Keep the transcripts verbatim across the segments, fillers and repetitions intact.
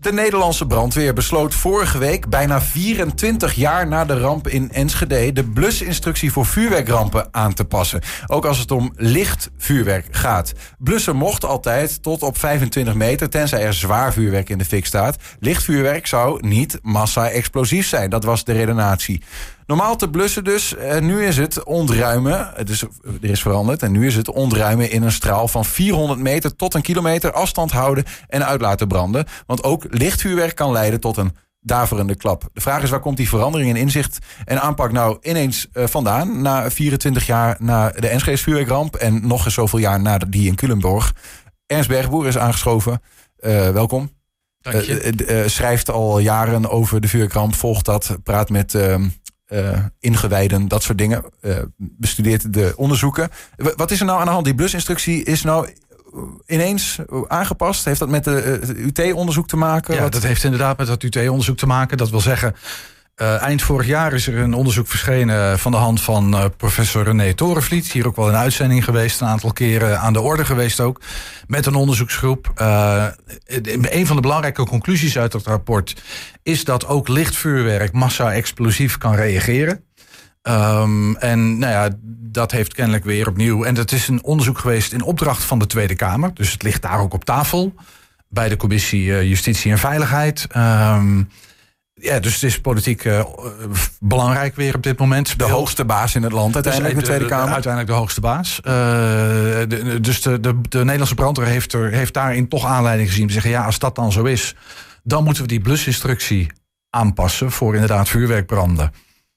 De Nederlandse brandweer besloot vorige week, bijna vierentwintig jaar na de ramp in Enschede, de blusinstructie voor vuurwerkrampen aan te passen. Ook als het om licht vuurwerk gaat. Blussen mocht altijd tot op vijfentwintig meter, tenzij er zwaar vuurwerk in de fik staat. Licht vuurwerk zou niet massa-explosief zijn. Dat was de redenatie. Normaal te blussen dus. En nu is het ontruimen. Dus er is veranderd. En nu is het ontruimen in een straal van vierhonderd meter tot een kilometer afstand houden en uit laten branden. Want ook lichtvuurwerk kan leiden tot een daverende klap. De vraag is, waar komt die verandering in inzicht en aanpak nou ineens uh, vandaan? Na vierentwintig jaar na de Enschede vuurwerkramp en nog eens zoveel jaar na die in Culemborg. Ernst Bergboer is aangeschoven. Uh, welkom. Dank je. Uh, uh, schrijft al jaren over de vuurwerkramp, volgt dat, praat met Uh, Uh, ingewijden, dat soort dingen. Uh, bestudeert de onderzoeken. W- wat is er nou aan de hand? Die blusinstructie is nou ineens aangepast. Heeft dat met de uh, U T-onderzoek te maken? Ja, wat? dat heeft inderdaad met dat U T-onderzoek te maken. Dat wil zeggen, uh, eind vorig jaar is er een onderzoek verschenen van de hand van uh, professor René Torenvliet. Hier ook wel een uitzending geweest, een aantal keren aan de orde geweest ook. Met een onderzoeksgroep. Uh, een van de belangrijke conclusies uit dat rapport is dat ook licht vuurwerk massa-explosief kan reageren. Um, en nou ja, dat heeft kennelijk weer opnieuw. En dat is een onderzoek geweest in opdracht van de Tweede Kamer. Dus het ligt daar ook op tafel. Bij de commissie uh, Justitie en Veiligheid. Um, ja, dus het is politiek uh, belangrijk weer op dit moment. De hoogste baas in het land uiteindelijk, dus, de Tweede Kamer? Uiteindelijk de hoogste baas. Uh, de, dus de, de, de Nederlandse brandweer heeft, er, heeft daarin toch aanleiding gezien. Te zeggen, ja, als dat dan zo is, dan moeten we die blusinstructie aanpassen voor inderdaad vuurwerkbranden.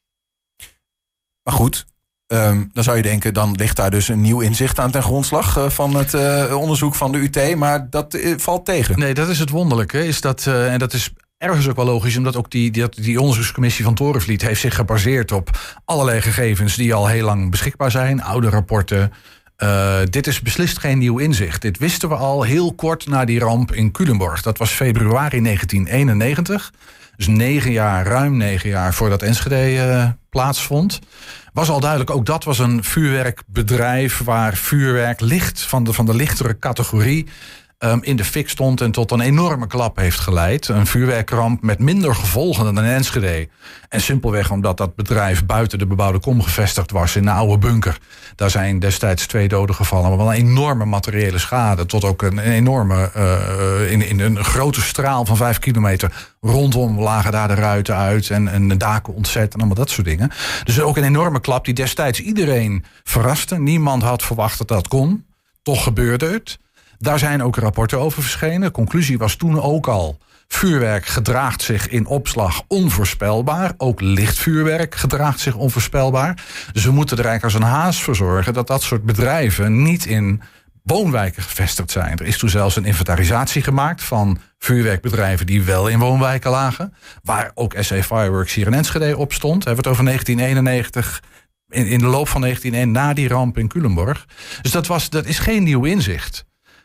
Maar goed, um, dan zou je denken, dan ligt daar dus een nieuw inzicht aan ten grondslag uh, van het uh, onderzoek van de U T. Maar dat uh, valt tegen. Nee, dat is het wonderlijke. Is dat, uh, en dat is ergens ook wel logisch, omdat ook die, die, die onderzoekscommissie van Torenvliet heeft zich gebaseerd op allerlei gegevens die al heel lang beschikbaar zijn. Oude rapporten. Uh, dit is beslist geen nieuw inzicht. Dit wisten we al heel kort na die ramp in Culemborg. Dat was februari negentien eenennegentig. Dus negen jaar, ruim negen jaar voordat Enschede uh, plaatsvond. Was al duidelijk, ook dat was een vuurwerkbedrijf waar vuurwerk licht van de, van de lichtere categorie Um, in de fik stond en tot een enorme klap heeft geleid. Een vuurwerkramp met minder gevolgen dan in Enschede. En simpelweg omdat dat bedrijf buiten de bebouwde kom gevestigd was in een oude bunker. Daar zijn destijds twee doden gevallen. Maar wel een enorme materiële schade. Tot ook een, een enorme, uh, in, in een grote straal van vijf kilometer. Rondom lagen daar de ruiten uit en, en de daken ontzet en allemaal dat soort dingen. Dus ook een enorme klap die destijds iedereen verraste. Niemand had verwacht dat dat kon. Toch gebeurde het. Daar zijn ook rapporten over verschenen. De conclusie was toen ook al: vuurwerk gedraagt zich in opslag onvoorspelbaar. Ook lichtvuurwerk gedraagt zich onvoorspelbaar. Dus we moeten er eigenlijk als een haas voor zorgen dat dat soort bedrijven niet in woonwijken gevestigd zijn. Er is toen zelfs een inventarisatie gemaakt van vuurwerkbedrijven die wel in woonwijken lagen. Waar ook S A Fireworks hier in Enschede op stond. Hebben we het over negentien eenennegentig. In, in de loop van negentien eenennegentig, na die ramp in Culemborg. Dus dat, was, dat is geen nieuw inzicht.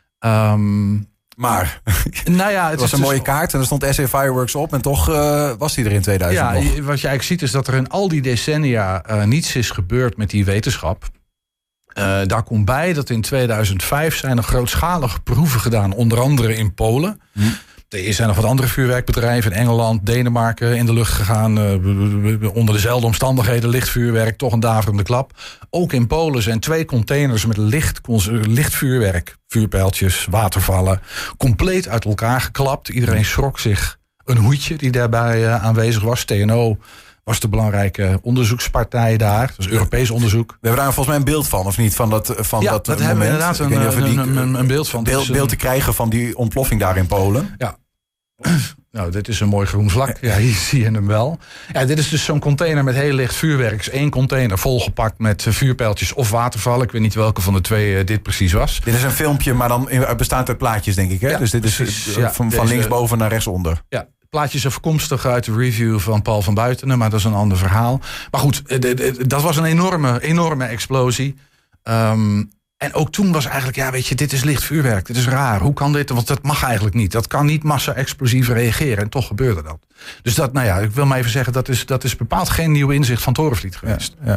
Um, maar, nou ja, het was is een dus mooie kaart en er stond S A Fireworks op en toch uh, was die er in tweeduizend ja, nog. Wat je eigenlijk ziet is dat er in al die decennia uh, niets is gebeurd met die wetenschap. Uh, daar komt bij dat in tweeduizend vijf zijn er grootschalige proeven gedaan, onder andere in Polen. Hm. Er zijn nog wat andere vuurwerkbedrijven in Engeland, Denemarken in de lucht gegaan. Uh, onder dezelfde omstandigheden, lichtvuurwerk, toch een daverende klap. Ook in Polen zijn twee containers met licht, lichtvuurwerk, vuurpijltjes, watervallen, compleet uit elkaar geklapt. Iedereen schrok zich een hoedje die daarbij uh, aanwezig was. T N O was de belangrijke onderzoekspartij daar. Dat is Europees onderzoek. We hebben daar volgens mij een beeld van, of niet? Van dat, van ja, dat, dat moment. hebben we inderdaad een, die, een, een, een beeld van. Beeld, beeld te krijgen van die ontploffing daar in Polen. Ja. Nou, dit is een mooi groen vlak. Ja, hier zie je hem wel. Ja, dit is dus zo'n container met heel licht vuurwerk. Eén container volgepakt met vuurpijltjes of watervallen. Ik weet niet welke van de twee uh, dit precies was. Dit is een filmpje, maar dan bestaat uit plaatjes, denk ik. Hè? Ja, dus dit precies, is ja, van, deze, van linksboven naar rechtsonder. Ja. Plaatjes afkomstig uit de review van Paul van Buitenen, maar dat is een ander verhaal. Maar goed, dat was een enorme, enorme explosie. Um, en ook toen was eigenlijk, ja, weet je, dit is licht vuurwerk. Dit is raar. Hoe kan dit? Want dat mag eigenlijk niet. Dat kan niet massa-explosief reageren. En toch gebeurde dat. Dus dat, nou ja, ik wil maar even zeggen, dat is, dat is bepaald geen nieuw inzicht van Torenvliet geweest. Ja,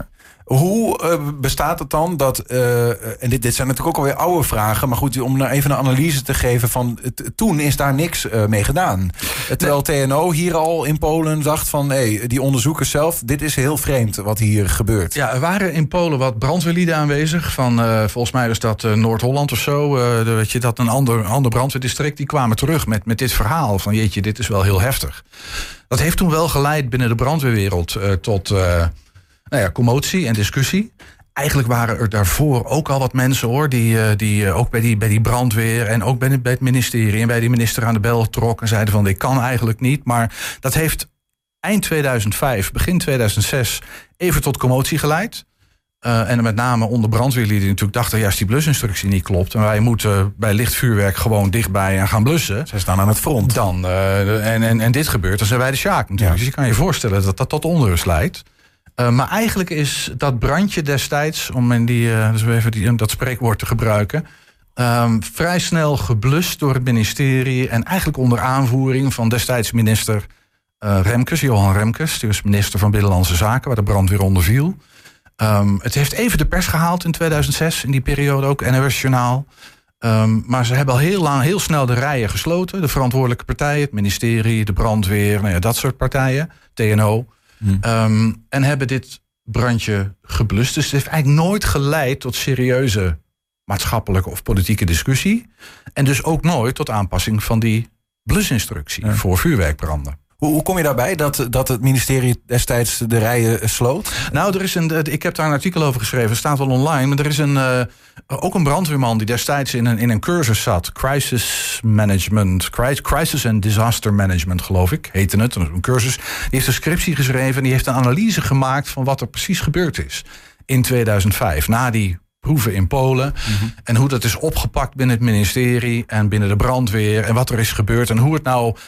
Hoe uh, bestaat het dan dat, uh, en dit, dit zijn natuurlijk ook alweer oude vragen, maar goed, om nou even een analyse te geven van, t, toen is daar niks uh, mee gedaan. Terwijl T N O hier al in Polen dacht van, hé, hey, die onderzoekers zelf, dit is heel vreemd wat hier gebeurt. Ja, er waren in Polen wat brandweerlieden aanwezig, van uh, volgens mij was dat uh, Noord-Holland of zo, uh, de, weet je, dat een ander, ander brandweerdistrict, die kwamen terug met, met dit verhaal van, jeetje, dit is wel heel heftig. Dat heeft toen wel geleid binnen de brandweerwereld uh, tot uh, nou ja, commotie en discussie. Eigenlijk waren er daarvoor ook al wat mensen, hoor, die, uh, die uh, ook bij die, bij die brandweer en ook bij, bij het ministerie en bij die minister aan de bel trokken en zeiden van, dit kan eigenlijk niet. Maar dat heeft eind tweeduizend vijf, begin tweeduizend zes even tot commotie geleid. Uh, en met name onder brandweerlieden die natuurlijk dachten, ja, als die blusinstructie niet klopt en wij moeten bij licht vuurwerk gewoon dichtbij en gaan blussen. Zij staan aan het front. Dan, uh, en, en, en dit gebeurt, dan zijn wij de sjaak natuurlijk. Ja. Dus je kan je voorstellen dat dat tot onrust leidt. Uh, maar eigenlijk is dat brandje destijds, om in die, uh, dus even die, dat spreekwoord te gebruiken, um, vrij snel geblust door het ministerie en eigenlijk onder aanvoering van destijds minister uh, Remkes, Johan Remkes, die was minister van Binnenlandse Zaken, waar de brandweer onder viel. Um, het heeft even de pers gehaald in tweeduizend zes, in die periode ook, N O S-journaal. Um, maar ze hebben al heel lang, heel snel de rijen gesloten. De verantwoordelijke partijen, het ministerie, de brandweer, nou ja, dat soort partijen, T N O. Hmm. Um, en hebben dit brandje geblust. Dus het heeft eigenlijk nooit geleid tot serieuze maatschappelijke of politieke discussie. En dus ook nooit tot aanpassing van die blusinstructie ja. voor vuurwerkbranden. Hoe, hoe kom je daarbij dat, dat het ministerie destijds de rijen sloot? Nou, er is een, ik heb daar een artikel over geschreven, het staat wel online. Maar er is een, uh, ook een brandweerman die destijds in een, in een cursus zat. Crisis Management, Crisis and Disaster Management, geloof ik, heette het. Een cursus. Die heeft een scriptie geschreven en die heeft een analyse gemaakt van wat er precies gebeurd is in tweeduizend vijf. Na die proeven in Polen. Mm-hmm. En hoe dat is opgepakt binnen het ministerie en binnen de brandweer. En wat er is gebeurd en hoe het nou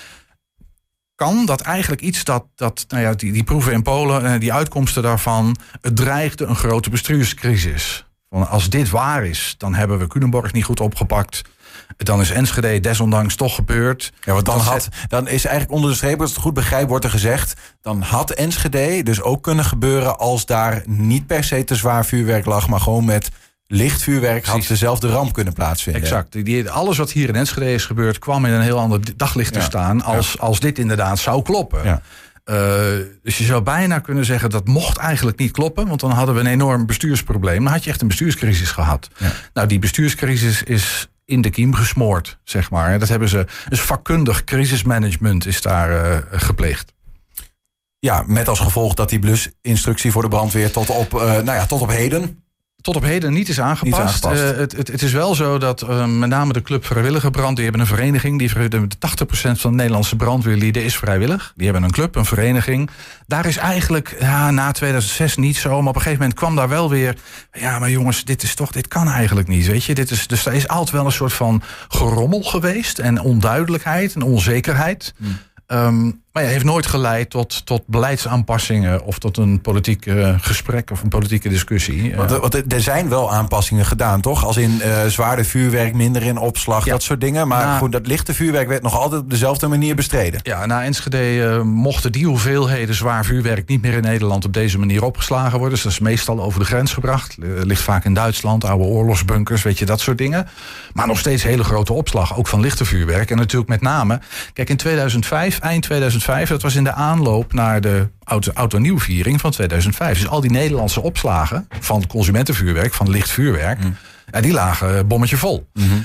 kan dat eigenlijk iets dat, dat nou ja, die, die proeven in Polen, die uitkomsten daarvan, het dreigde een grote bestuurscrisis. Want als dit waar is, dan hebben we Culemborg niet goed opgepakt. Dan is Enschede desondanks toch gebeurd. Ja, want dan, had, dan is eigenlijk onder de streep, als het goed begrijp, wordt er gezegd, dan had Enschede dus ook kunnen gebeuren als daar niet per se te zwaar vuurwerk lag, maar gewoon met licht vuurwerk had dezelfde ramp kunnen plaatsvinden. Exact. Die, alles wat hier in Enschede is gebeurd kwam in een heel ander daglicht te ja. staan als, ja. als dit inderdaad zou kloppen. Ja. Uh, dus je zou bijna kunnen zeggen dat mocht eigenlijk niet kloppen, want dan hadden we een enorm bestuursprobleem. Dan had je echt een bestuurscrisis gehad. Ja. Nou, die bestuurscrisis is in de kiem gesmoord, zeg maar. Dat hebben ze, dus vakkundig crisismanagement is daar uh, gepleegd. Ja, met als gevolg dat die blusinstructie voor de brandweer tot op, uh, nou ja, tot op heden tot op heden niet is aangepast. Niet aangepast. Uh, het, het, het is wel zo dat uh, met name de Club Vrijwillige Brand, die hebben een vereniging, die de tachtig procent van de Nederlandse brandweerlieden is vrijwillig. Die hebben een club, een vereniging. Daar is eigenlijk ja, na tweeduizend zes niet zo, maar op een gegeven moment kwam daar wel weer, ja, maar jongens, dit is toch, dit kan eigenlijk niet, weet je. Dit is, dus er is altijd wel een soort van gerommel geweest en onduidelijkheid en onzekerheid. Hmm. Um, maar ja, heeft nooit geleid tot, tot beleidsaanpassingen of tot een politiek uh, gesprek of een politieke discussie. Want, want er zijn wel aanpassingen gedaan, toch? Als in uh, zwaarder vuurwerk, minder in opslag, ja. dat soort dingen. Maar na, goed, dat lichte vuurwerk werd nog altijd op dezelfde manier bestreden. Ja, na Enschede uh, mochten die hoeveelheden zwaar vuurwerk niet meer in Nederland op deze manier opgeslagen worden. Dus dat is meestal over de grens gebracht. Uh, ligt vaak in Duitsland, oude oorlogsbunkers, weet je, dat soort dingen. Maar nog steeds hele grote opslag, ook van lichte vuurwerk. En natuurlijk met name, kijk, in tweeduizend vijf, eind tweeduizend vijf, dat was in de aanloop naar de oud-en-nieuwviering van tweeduizend vijf. Dus al die Nederlandse opslagen van consumentenvuurwerk, van licht vuurwerk, mm. ja, die lagen bommetje vol. Mm-hmm.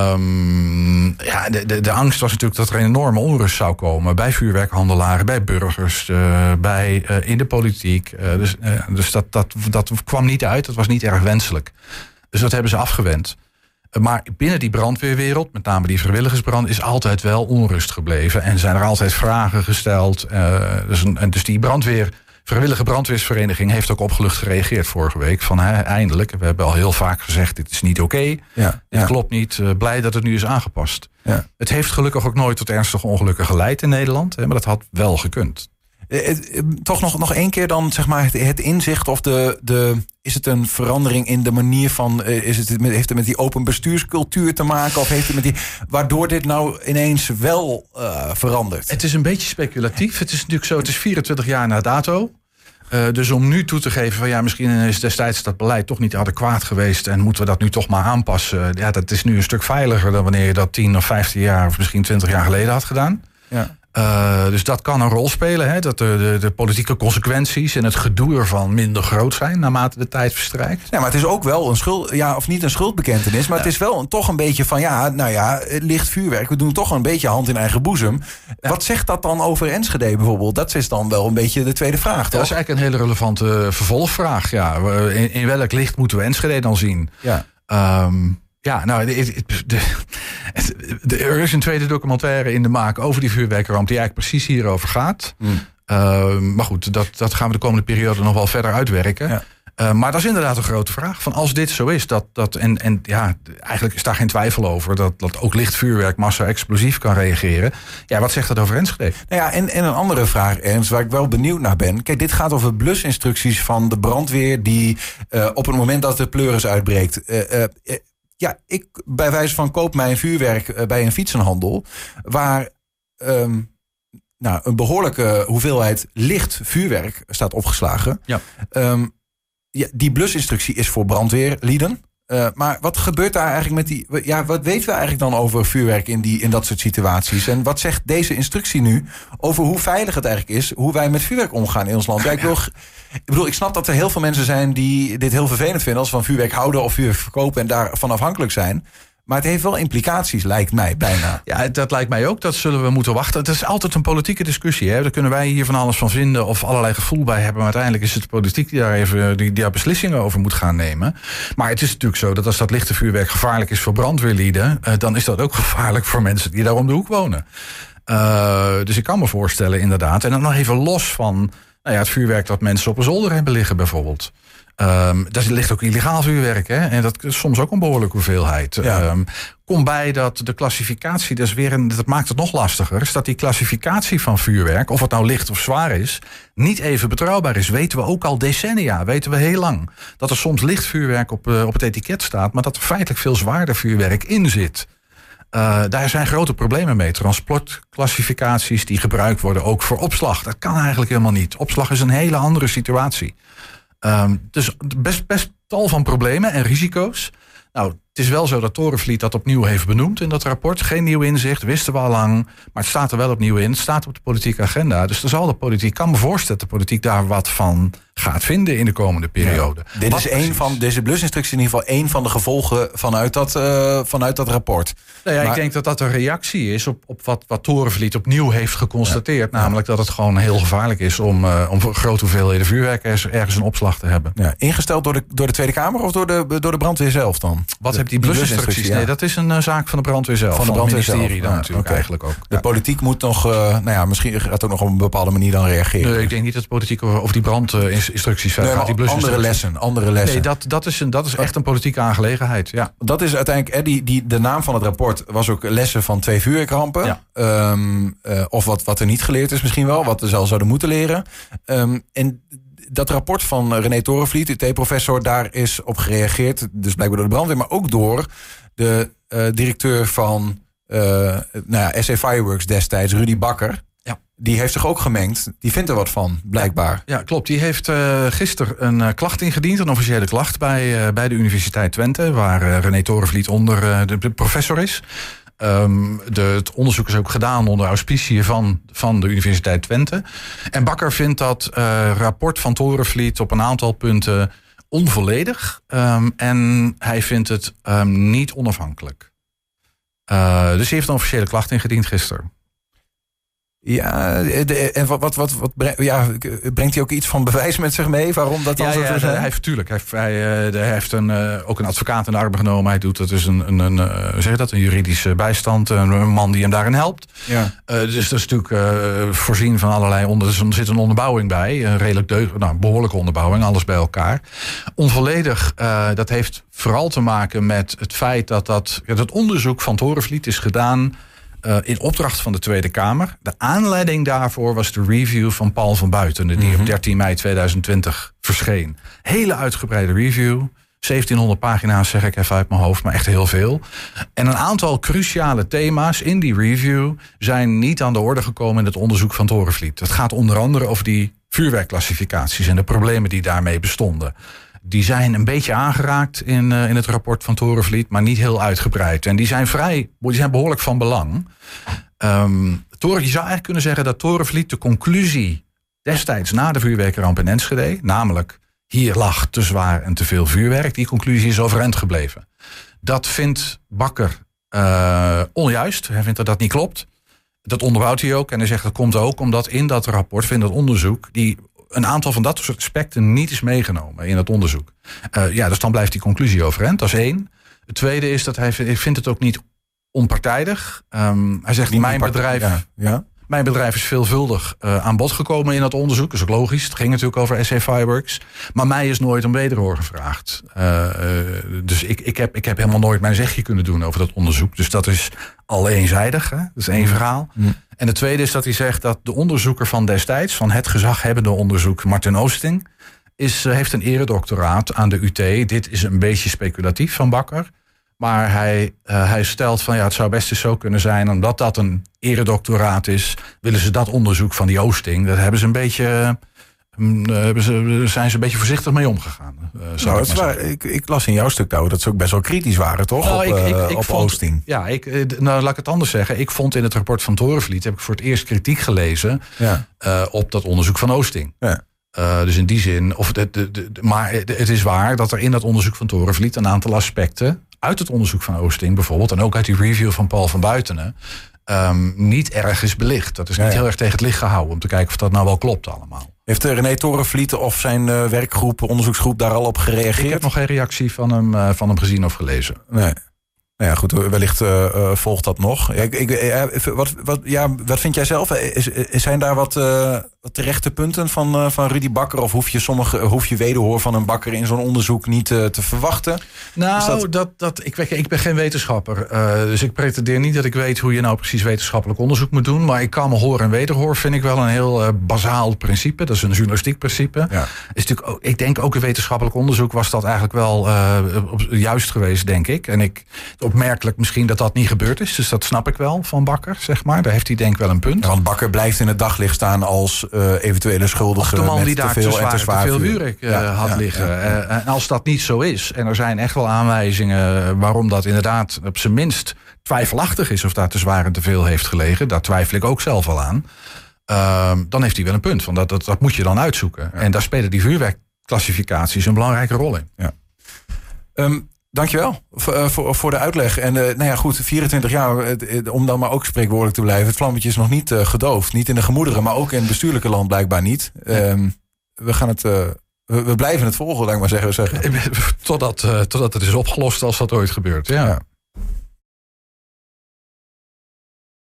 Um, ja, de, de, de angst was natuurlijk dat er een enorme onrust zou komen bij vuurwerkhandelaren, bij burgers, uh, bij, uh, in de politiek. Uh, dus uh, dus dat, dat, dat kwam niet uit, dat was niet erg wenselijk. Dus dat hebben ze afgewend. Maar binnen die brandweerwereld, met name die vrijwilligersbrand, is altijd wel onrust gebleven. En zijn er altijd vragen gesteld. Uh, dus, een, dus die brandweer, vrijwillige brandweersvereniging heeft ook opgelucht gereageerd vorige week. Van hè, eindelijk, we hebben al heel vaak gezegd, dit is niet oké. Okay, ja, dit ja. klopt niet. Uh, blij dat het nu is aangepast. Ja. Het heeft gelukkig ook nooit tot ernstige ongelukken geleid in Nederland. Hè, maar dat had wel gekund. Uh, uh, toch nog, nog één keer dan, zeg maar, het, het inzicht of de, de... Is het een verandering in de manier van... Uh, is het, heeft het met die open bestuurscultuur te maken? Of heeft het met die... Waardoor dit nou ineens wel uh, verandert? Het is een beetje speculatief. Het is natuurlijk zo, het is vierentwintig jaar na dato. Uh, dus om nu toe te geven van ja, misschien is destijds dat beleid toch niet adequaat geweest en moeten we dat nu toch maar aanpassen. Ja, dat is nu een stuk veiliger dan wanneer je dat tien of vijftien jaar of misschien twintig jaar geleden had gedaan. Ja. Uh, dus dat kan een rol spelen. Hè? Dat de, de, de politieke consequenties en het gedoe ervan minder groot zijn naarmate de tijd verstrijkt. Ja, maar het is ook wel een schuld, ja, of niet een schuldbekentenis, maar ja. Het is wel een, toch een beetje van ja, nou ja, licht vuurwerk. We doen toch een beetje hand in eigen boezem. Ja. Wat zegt dat dan over Enschede bijvoorbeeld? Dat is dan wel een beetje de tweede vraag, toch? Dat is eigenlijk een hele relevante vervolgvraag. Ja. In, in welk licht moeten we Enschede dan zien? Ja. Um, Ja, nou, de, de, de, er is een tweede documentaire in de maak over die vuurwerkramp die eigenlijk precies hierover gaat. Mm. Uh, maar goed, dat, dat gaan we de komende periode nog wel verder uitwerken. Ja. Uh, maar dat is inderdaad een grote vraag. Van als dit zo is, dat, dat, en, en ja, eigenlijk is daar geen twijfel over dat, dat ook licht vuurwerk massa-explosief kan reageren. Ja, wat zegt dat over Enschede? Nou ja, en, en een andere vraag, Ernst, waar ik wel benieuwd naar ben. Kijk, dit gaat over blusinstructies van de brandweer die uh, op het moment dat de pleuris uitbreekt. Uh, uh, Ja, ik bij wijze van koop mijn vuurwerk uh, bij een fietsenhandel, waar um, nou, een behoorlijke hoeveelheid licht vuurwerk staat opgeslagen. Ja. Um, ja, die blusinstructie is voor brandweerlieden. Uh, maar wat gebeurt daar eigenlijk met die... Ja, wat weten we eigenlijk dan over vuurwerk in, die, in dat soort situaties? En wat zegt deze instructie nu over hoe veilig het eigenlijk is, hoe wij met vuurwerk omgaan in ons land? Ja, ik, wil, ik bedoel, ik snap dat er heel veel mensen zijn die dit heel vervelend vinden als ze van vuurwerk houden of vuurwerk verkopen en daarvan afhankelijk zijn. Maar het heeft wel implicaties, lijkt mij, bijna. Ja, dat lijkt mij ook. Dat zullen we moeten wachten. Het is altijd een politieke discussie. Hè? Daar kunnen wij hier van alles van vinden of allerlei gevoel bij hebben. Maar uiteindelijk is het de politiek die daar, even, die, die daar beslissingen over moet gaan nemen. Maar het is natuurlijk zo dat als dat lichte vuurwerk gevaarlijk is voor brandweerlieden, uh, dan is dat ook gevaarlijk voor mensen die daar om de hoek wonen. Uh, dus ik kan me voorstellen, inderdaad. En dan nog even los van nou ja, het vuurwerk dat mensen op een zolder hebben liggen, bijvoorbeeld. Um, daar ligt ook illegaal vuurwerk, hè? En dat is soms ook een behoorlijke hoeveelheid. Ja. Um, kom bij dat de klassificatie, dat, is weer een, dat maakt het nog lastiger, is dat die klassificatie van vuurwerk, of het nou licht of zwaar is, niet even betrouwbaar is. Weten we ook al decennia, weten we heel lang. Dat er soms licht vuurwerk op, uh, op het etiket staat, maar dat er feitelijk veel zwaarder vuurwerk in zit. Uh, daar zijn grote problemen mee. Transportclassificaties die gebruikt worden ook voor opslag. Dat kan eigenlijk helemaal niet. Opslag is een hele andere situatie. Um, dus best, best tal van problemen en risico's. Nou, het is wel zo dat Torenvliet dat opnieuw heeft benoemd in dat rapport. Geen nieuw inzicht, wisten we al lang. Maar het staat er wel opnieuw in. Het staat op de politieke agenda. Dus er zal de politiek, kan me voorstellen dat de politiek daar wat van gaat vinden in de komende periode. Ja, dit is een van, deze blusinstructie in ieder geval één van de gevolgen vanuit dat, uh, vanuit dat rapport. Nou ja, maar, ik denk dat dat een reactie is op, op wat, wat Torenvliet opnieuw heeft geconstateerd. Ja, namelijk ja. dat het gewoon heel gevaarlijk is om, uh, om grote hoeveelheden vuurwerk ergens, ergens een opslag te hebben. Ja, ingesteld door de, door de Tweede Kamer of door de, door de brandweer zelf dan? Wat de, heb die blusinstructies? Ja. Nee, dat is een uh, zaak van de brandweer zelf. Van de brandweer van het ministerie zelf. dan ja, natuurlijk okay. eigenlijk ook. De ja. politiek moet nog, uh, nou ja, misschien gaat ook nog op een bepaalde manier dan reageren. Nee, ik denk niet dat de politiek of die brandinstructies verder nee, gaat. Die andere lessen, andere lessen. Nee, dat, dat, is een, dat is echt een politieke aangelegenheid. Ja. Dat is uiteindelijk, eh, die, die, de naam van het rapport was ook lessen van twee vuurwerkrampen. Ja. Um, uh, of wat, wat er niet geleerd is misschien wel, wat we zelf zouden moeten leren. Um, en dat rapport van René Torenvliet, U T-professor, daar is op gereageerd. Dus blijkbaar door de brandweer, maar ook door de uh, directeur van uh, nou ja, S A Fireworks destijds, Rudy Bakker. Ja. Die heeft zich ook gemengd. Die vindt er wat van, blijkbaar. Ja, ja klopt. Die heeft uh, gisteren een uh, klacht ingediend. Een officiële klacht bij, uh, bij de Universiteit Twente. Waar uh, René Torenvliet onder uh, de, de professor is. Um, de, het onderzoek is ook gedaan onder auspiciën van, van de Universiteit Twente. En Bakker vindt dat uh, rapport van Torenvliet op een aantal punten onvolledig. Um, en hij vindt het um, niet onafhankelijk. Uh, dus hij heeft een officiële klacht ingediend gisteren. Ja, en wat, wat, wat, wat brengt, ja, brengt hij ook iets van bewijs met zich mee? Waarom dat dan ja, zo ja, zou zijn? Hij heeft natuurlijk. Hij, hij, hij heeft een, ook een advocaat in de arm genomen. Hij doet dat dus een, een, een, hoe zeg je dat, een juridische bijstand. Een man die hem daarin helpt. Ja. Uh, dus dat is natuurlijk uh, voorzien van allerlei onder. Dus er zit een onderbouwing bij. Een redelijk deug, nou, behoorlijke onderbouwing, alles bij elkaar. Onvolledig, uh, dat heeft vooral te maken met het feit dat dat, ja, dat onderzoek van Torenvliet is gedaan Uh, in opdracht van de Tweede Kamer. De aanleiding daarvoor was de review van Paul van Buiten, die mm-hmm. op dertien mei tweeduizend twintig verscheen. Hele uitgebreide review. zeventienhonderd pagina's zeg ik even uit mijn hoofd, maar echt heel veel. En een aantal cruciale thema's in die review zijn niet aan de orde gekomen in het onderzoek van Torenvliet. Het gaat onder andere over die vuurwerkclassificaties en de problemen die daarmee bestonden. Die zijn een beetje aangeraakt in, uh, in het rapport van Torenvliet, maar niet heel uitgebreid. En die zijn vrij, die zijn behoorlijk van belang. Um, Toren, je zou eigenlijk kunnen zeggen dat Torenvliet de conclusie destijds na de vuurwerkramp in Enschede, namelijk hier lag te zwaar en te veel vuurwerk, die conclusie is overeind gebleven. Dat vindt Bakker uh, onjuist. Hij vindt dat dat niet klopt. Dat onderbouwt hij ook. En hij zegt dat komt ook omdat in dat rapport, in dat onderzoek, die een aantal van dat soort aspecten niet is meegenomen in dat onderzoek. Uh, ja, dus dan blijft die conclusie overeind. Dat is één. Het tweede is dat hij vindt het ook niet onpartijdig. Um, hij zegt, mijn bedrijf, ja, ja. mijn bedrijf is veelvuldig uh, aan bod gekomen in dat onderzoek. Dat is ook logisch. Het ging natuurlijk over S C Fireworks. Maar mij is nooit om wederhoor gevraagd. Uh, uh, dus ik, ik, heb, ik heb helemaal nooit mijn zegje kunnen doen over dat onderzoek. Dus dat is al eenzijdig. Hè? Dat is één verhaal. Mm. En het tweede is dat hij zegt dat de onderzoeker van destijds, van het gezaghebbende onderzoek, Martin Oosting, is, heeft een eredoctoraat aan de U T. Dit is een beetje speculatief van Bakker. Maar hij, uh, hij stelt van ja, het zou best eens zo kunnen zijn, omdat dat een eredoctoraat is, willen ze dat onderzoek van die Oosting, dat hebben ze een beetje, uh, hebben ze, zijn ze een beetje voorzichtig mee omgegaan. Uh, nou, dat is waar. Ik, ik las in jouw stuk nou, dat ze ook best wel kritisch waren, toch? Nou, op, ik, ik, ik op vond, Oosting. Ja, ik, nou, laat ik het anders zeggen. Ik vond in het rapport van Torenvliet, heb ik voor het eerst kritiek gelezen ja. uh, op dat onderzoek van Oosting. Ja. Uh, dus in die zin, of de, de, de, maar het is waar dat er in dat onderzoek van Torenvliet een aantal aspecten uit het onderzoek van Oosting bijvoorbeeld, en ook uit die review van Paul van Buitenen, um, niet erg is belicht. Dat is niet ja, ja. heel erg tegen het licht gehouden om te kijken of dat nou wel klopt allemaal. Heeft René Torenvliet of zijn uh, werkgroep, onderzoeksgroep daar al op gereageerd? Ik heb nog geen reactie van hem, uh, van hem gezien of gelezen. Nee. Nou ja, goed, wellicht uh, uh, volgt dat nog. Ja, ik, ik, uh, wat, wat, ja, wat vind jij zelf? Is, is, zijn daar wat, uh, wat terechte punten van, uh, van Rudy Bakker? Of hoef je, sommige, hoef je wederhoor van een Bakker in zo'n onderzoek niet uh, te verwachten? Nou, dat... Dat, dat, ik, ik ben geen wetenschapper. Uh, dus ik pretendeer niet dat ik weet hoe je nou precies wetenschappelijk onderzoek moet doen. Maar ik kan me horen en wederhoor vind ik wel een heel uh, bazaal principe. Dat is een journalistiek principe. Ja. Is natuurlijk ook, ik denk ook in wetenschappelijk onderzoek was dat eigenlijk wel uh, juist geweest, denk ik. En ik... Opmerkelijk misschien dat dat niet gebeurd is. Dus dat snap ik wel van Bakker, zeg maar. Daar heeft hij denk ik wel een punt. Ja, want Bakker blijft in het daglicht staan als uh, eventuele schuldige. Of de man met die daar te veel te, zwaar, en te zwaar te veel vuurwerk uh, ja, had ja, liggen. Ja, ja. Uh, en als dat niet zo is, en er zijn echt wel aanwijzingen waarom dat inderdaad op zijn minst twijfelachtig is of daar te zwaar en te veel heeft gelegen. Daar twijfel ik ook zelf al aan. Uh, dan heeft hij wel een punt. Van dat, dat, dat moet je dan uitzoeken. Ja. En daar spelen die vuurwerkclassificaties een belangrijke rol in. Ja. Um, Dankjewel voor, voor, voor de uitleg. En uh, nou ja, goed, vierentwintig jaar, uh, om dan maar ook spreekwoordelijk te blijven. Het vlammetje is nog niet uh, gedoofd. Niet in de gemoederen, maar ook in het bestuurlijke land blijkbaar niet. Um, we gaan het... Uh, we, we blijven het volgen, laat ik maar zeggen. zeggen. Totdat, uh, totdat het is opgelost als dat ooit gebeurt, ja. ja.